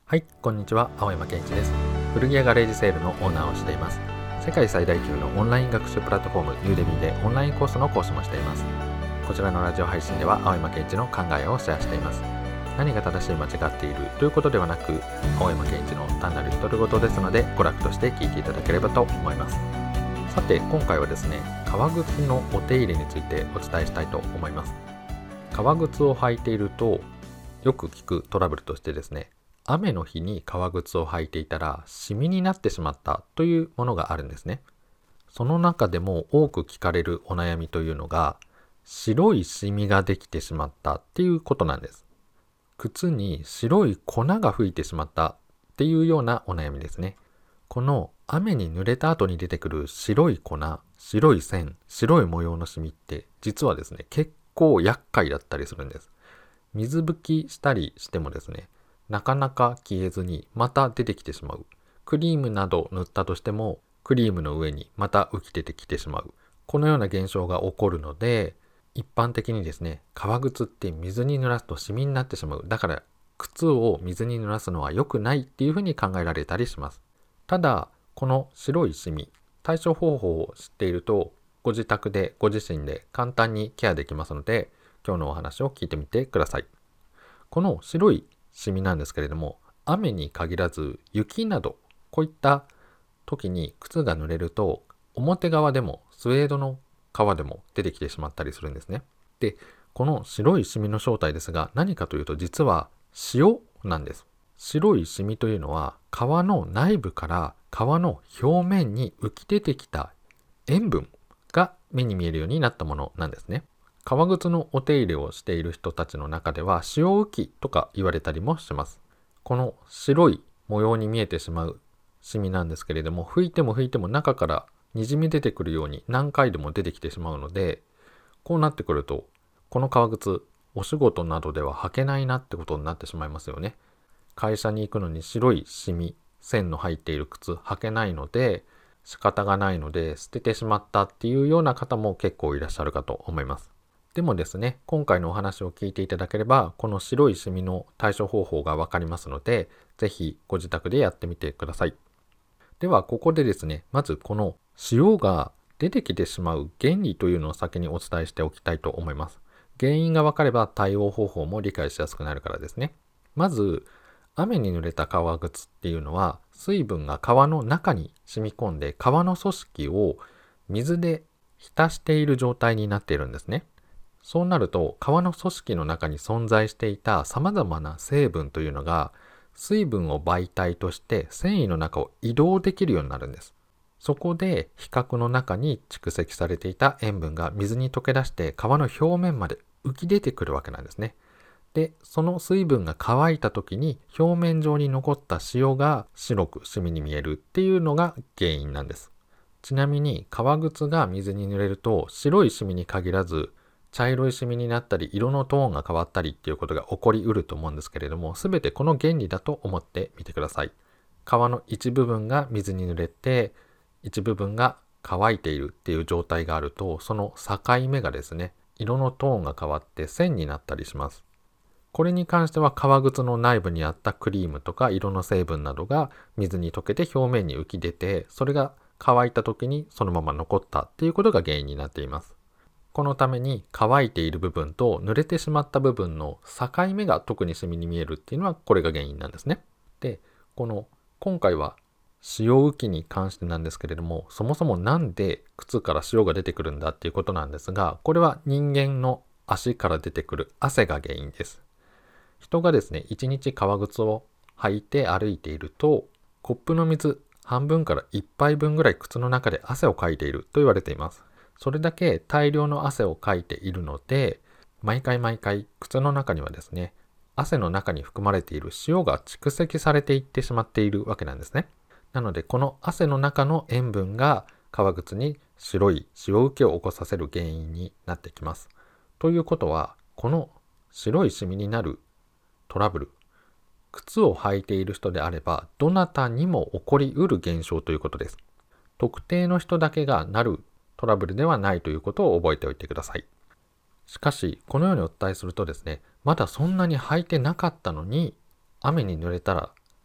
はい、こんにちは。青山健一です。古着屋ガレージセールのオーナーをしています。世界最大級のオンライン学習プラットフォームユーデミーでオンラインコースの講師もしています。こちらのラジオ配信では青山健一の考えをシェアしています。何が正しい間違っているということではなく、青山健一の単なる独り言ですので、娯楽として聞いていただければと思います。さて、今回はですね、革靴のお手入れについてお伝えしたいと思います。革靴を履いているとよく聞くトラブルとしてですね、雨の日に革靴を履いていたらシミになってしまったというものがあるんですね。その中でも多く聞かれるお悩みというのが、白いシミができてしまったっていうことなんです。靴に白い粉が吹いてしまったっていうようなお悩みですね。この雨に濡れた後に出てくる白い粉、白い線、白い模様のシミって実はですね、結構厄介だったりするんです。水拭きしたりしてもですね、なかなか消えずにまた出てきてしまう。クリームなど塗ったとしても、クリームの上にまた浮き出てきてしまう。このような現象が起こるので、一般的にですね、革靴って水に濡らすとシミになってしまう。だから靴を水に濡らすのは良くないっていうふうに考えられたりします。ただ、この白いシミ、対処方法を知っていると、ご自宅でご自身で簡単にケアできますので、今日のお話を聞いてみてください。この白いシミなんですけれども、雨に限らず雪などこういった時に靴が濡れると、表側でもスウェードの革でも出てきてしまったりするんですね。で、この白いシミの正体ですが、何かというと実は塩なんです。白いシミというのは革の内部から革の表面に浮き出てきた塩分が目に見えるようになったものなんですね。革靴のお手入れをしている人たちの中では塩浮きとか言われたりもします。この白い模様に見えてしまうシミなんですけれども、拭いても拭いても中からにじみ出てくるように何回でも出てきてしまうので、こうなってくるとこの革靴お仕事などでは履けないなってことになってしまいますよね。会社に行くのに白いシミ線の入っている靴履けないので、仕方がないので捨ててしまったっていうような方も結構いらっしゃるかと思います。でもですね、今回のお話を聞いていただければ、この白いシミの対処方法がわかりますので、ぜひご自宅でやってみてください。では、ここでですね、まずこの塩が出てきてしまう原理というのを先にお伝えしておきたいと思います。原因がわかれば対応方法も理解しやすくなるからですね。まず、雨に濡れた革靴っていうのは、水分が革の中に染み込んで、革の組織を水で浸している状態になっているんですね。そうなると、革の組織の中に存在していた様々な成分というのが、水分を媒体として繊維の中を移動できるようになるんです。そこで皮革の中に蓄積されていた塩分が水に溶け出して革の表面まで浮き出てくるわけなんですね。で、その水分が乾いた時に表面上に残った塩が白くシミに見えるっていうのが原因なんです。ちなみに革靴が水に濡れると白いシミに限らず茶色いシミになったり色のトーンが変わったりっていうことが起こりうると思うんですけれども、すべてこの原理だと思ってみてください。革の一部分が水に濡れて一部分が乾いているっていう状態があると、その境目がですね、色のトーンが変わって線になったりします。これに関しては革靴の内部にあったクリームとか色の成分などが水に溶けて表面に浮き出て、それが乾いた時にそのまま残ったっていうことが原因になっています。このために乾いている部分と濡れてしまった部分の境目が特にシミに見えるっていうのはこれが原因なんですね。で、今回は塩浮きに関してなんですけれども、そもそもなんで靴から塩が出てくるんだっていうことなんですが、これは人間の足から出てくる汗が原因です。人がですね、一日革靴を履いて歩いていると、コップの水半分から1杯分ぐらい靴の中で汗をかいていると言われています。それだけ大量の汗をかいているので、毎回毎回靴の中にはですね、汗の中に含まれている塩が蓄積されていってしまっているわけなんですね。なので、この汗の中の塩分が革靴に白い塩浮きを起こさせる原因になってきます。ということは、この白いシミになるトラブル、靴を履いている人であればどなたにも起こりうる現象ということです。特定の人だけがなるトラブルではないということを覚えておいてください。しかしこのようにお伝えするとですね、まだそんなに履いてなかったのに雨に濡れたら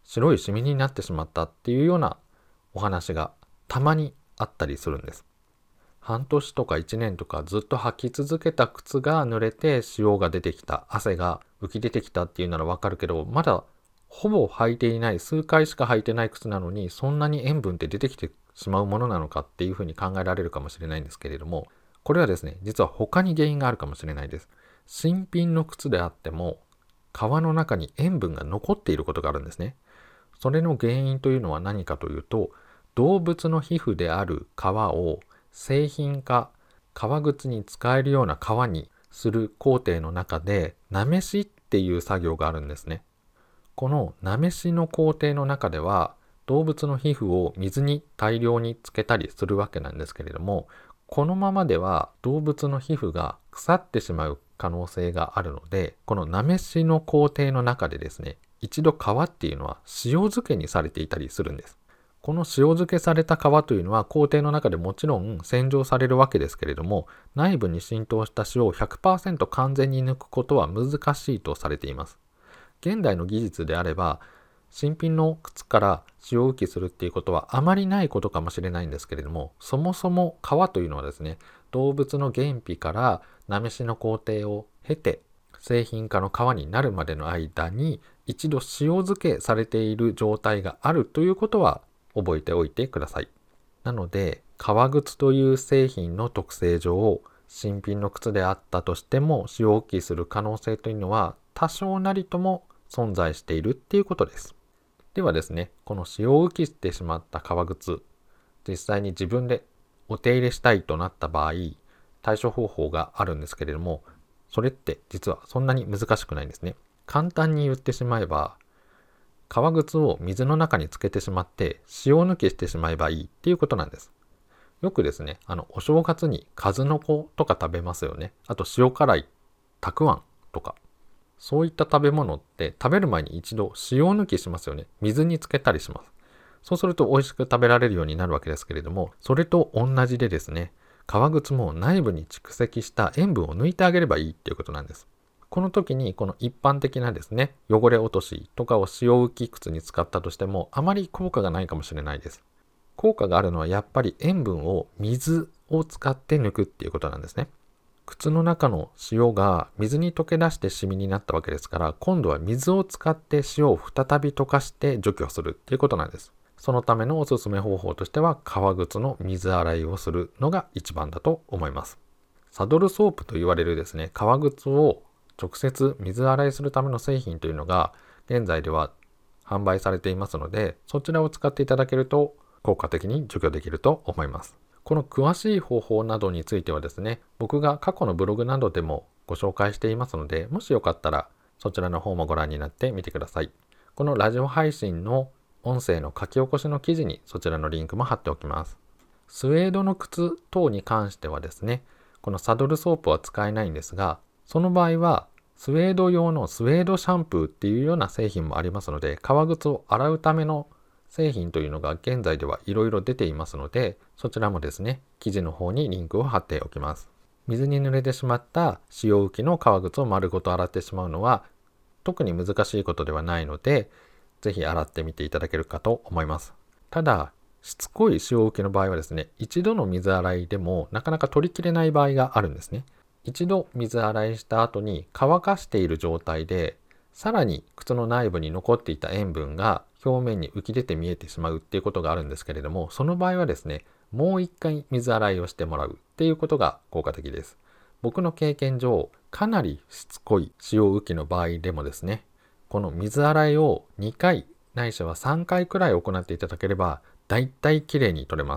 白いシミになってしまったっていうようなお話がたまにあったりするんです。半年とか1年とかずっと履き続けた靴が濡れて塩が出てきた、汗が浮き出てきたっていうならわかるけど、まだほぼ履いていない、数回しか履いてない靴なのにそんなに塩分って出てきてしまうものなのかっていうふうに考えられるかもしれないんですけれども、これはですね、実は他に原因があるかもしれないです。新品の靴であっても革の中に塩分が残っていることがあるんですね。それの原因というのは何かというと、動物の皮膚である皮を製品化、革靴に使えるような革にする工程の中で、なめしっていう作業があるんですね。このなめしの工程の中では、動物の皮膚を水に大量につけたりするわけなんですけれども、このままでは動物の皮膚が腐ってしまう可能性があるので、このなめしの工程の中でですね、一度皮っていうのは塩漬けにされていたりするんです。この塩漬けされた皮というのは工程の中でもちろん洗浄されるわけですけれども、内部に浸透した塩を 100% 完全に抜くことは難しいとされています。現代の技術であれば、新品の靴から塩浮きするっていうことはあまりないことかもしれないんですけれども、そもそも皮というのはですね、動物の原皮からなめしの工程を経て製品化の皮になるまでの間に一度塩漬けされている状態があるということは覚えておいてください。なので、革靴という製品の特性上、新品の靴であったとしても塩浮きする可能性というのは多少なりとも存在しているっていうことです。ではですね、この塩浮きしてしまった革靴、実際に自分でお手入れしたいとなった場合、対処方法があるんですけれども、それって実はそんなに難しくないんですね。簡単に言ってしまえば、革靴を水の中につけてしまって塩抜きしてしまえばいいっていうことなんです。よくですね、お正月に数の子とか食べますよね。あと塩辛いたくあんとか。そういった食べ物って食べる前に一度塩抜きしますよね。水につけたりします。そうすると美味しく食べられるようになるわけですけれども、それと同じでですね、革靴も内部に蓄積した塩分を抜いてあげればいいっていうことなんです。この時にこの一般的なですね、汚れ落としとかを塩浮き靴に使ったとしてもあまり効果がないかもしれないです。効果があるのはやっぱり塩分を水を使って抜くっていうことなんですね。靴の中の塩が水に溶け出してシミになったわけですから、今度は水を使って塩を再び溶かして除去するっていうことなんです。そのためのおすすめ方法としては、革靴の水洗いをするのが一番だと思います。サドルソープと言われるですね、革靴を直接水洗いするための製品というのが現在では販売されていますので、そちらを使っていただけると効果的に除去できると思います。この詳しい方法などについてはですね、僕が過去のブログなどでもご紹介していますので、もしよかったらそちらの方もご覧になってみてください。このラジオ配信の音声の書き起こしの記事にそちらのリンクも貼っておきます。スウェードの靴等に関してはですね、このサドルソープは使えないんですが、その場合はスウェード用のスウェードシャンプーっていうような製品もありますので、革靴を洗うための製品というのが現在ではいろいろ出ていますので、そちらもですね、記事の方にリンクを貼っておきます。水に濡れてしまった使用浮きの革靴を丸ごと洗ってしまうのは特に難しいことではないので、ぜひ洗ってみていただけるかと思います。ただ、しつこい使用浮きの場合はですね、一度の水洗いでもなかなか取りきれない場合があるんですね。一度水洗いした後に乾かしている状態で、さらに靴の内部に残っていた塩分が表面に浮き出て見えてしまうっていうことがあるんですけれども、その場合はですね、もう一回水洗いをしてもらうっていうことが効果的です。僕の経験上、かなりしつこい使用浮きの場合でもですね、この水洗いを2回ないしは3回くらい行っていただければ、だいたいきれいに取れます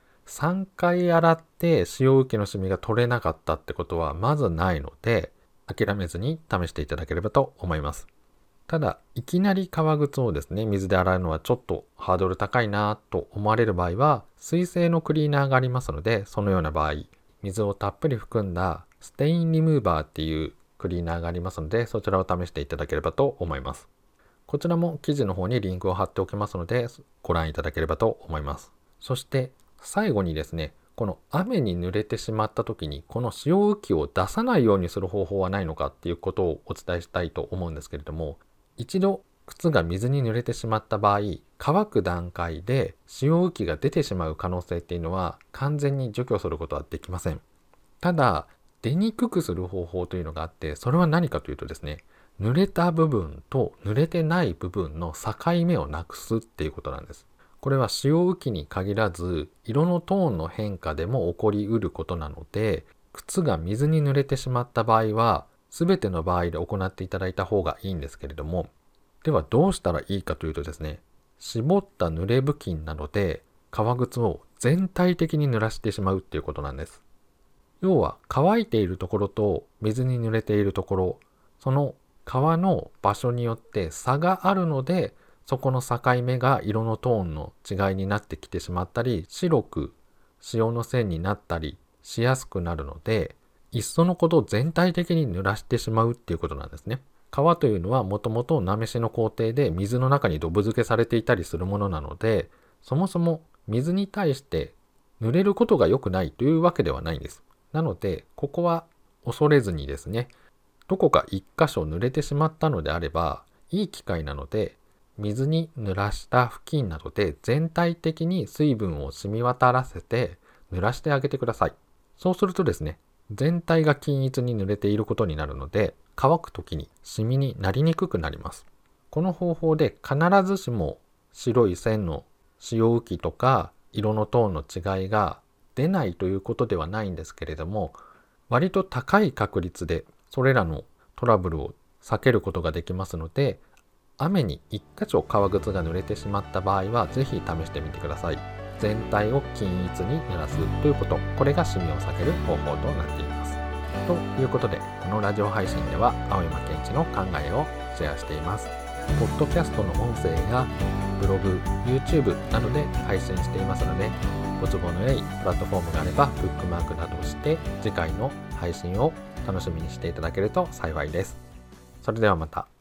。3回洗って使用浮きのシミが取れなかったってことはまずないので、諦めずに試していただければと思います。ただ、いきなり革靴をですね、水で洗うのはちょっとハードル高いなと思われる場合は、水性のクリーナーがありますので、そのような場合、水をたっぷり含んだステインリムーバーっていうクリーナーがありますので、そちらを試していただければと思います。こちらも記事の方にリンクを貼っておきますので、ご覧いただければと思います。そして最後にですね、この雨に濡れてしまった時にこの塩浮きを出さないようにする方法はないのかっていうことをお伝えしたいと思うんですけれども、一度靴が水に濡れてしまった場合、乾く段階で使用浮きが出てしまう可能性っていうのは完全に除去することはできません。ただ、出にくくする方法というのがあって、それは何かというとですね、濡れた部分と濡れてない部分の境目をなくすっていうことなんです。これは使用浮きに限らず、色のトーンの変化でも起こりうることなので、靴が水に濡れてしまった場合は、全ての場合で行っていただいた方がいいんですけれども、ではどうしたらいいかというとですね、絞った濡れ布巾などで革靴を全体的に濡らしてしまうっていうことなんです。要は乾いているところと水に濡れているところ、その革の場所によって差があるので、そこの境目が色のトーンの違いになってきてしまったり、白く塩の線になったりしやすくなるので、いっそのこと全体的に濡らしてしまうっていうことなんですね。革というのはもともとなめしの工程で水の中にどぶ漬けされていたりするものなので、そもそも水に対して濡れることが良くないというわけではないんです。なので、ここは恐れずにですね、どこか一箇所濡れてしまったのであれば、いい機会なので、水に濡らした布巾などで全体的に水分を染み渡らせて濡らしてあげてください。そうするとですね、全体が均一に濡れていることになるので、乾くときにシミになりにくくなります。この方法で必ずしも白い線の使用浮きとか色のトーンの違いが出ないということではないんですけれども、割と高い確率でそれらのトラブルを避けることができますので、雨に一箇所革靴が濡れてしまった場合はぜひ試してみてください。全体を均一に濡らすということ、これがシミを避ける方法となっています。ということで、このラジオ配信では青山健一の考えをシェアしています。ポッドキャストの音声やブログ、YouTube などで配信していますので、ご都合の良いプラットフォームがあればブックマークなどをして次回の配信を楽しみにしていただけると幸いです。それではまた。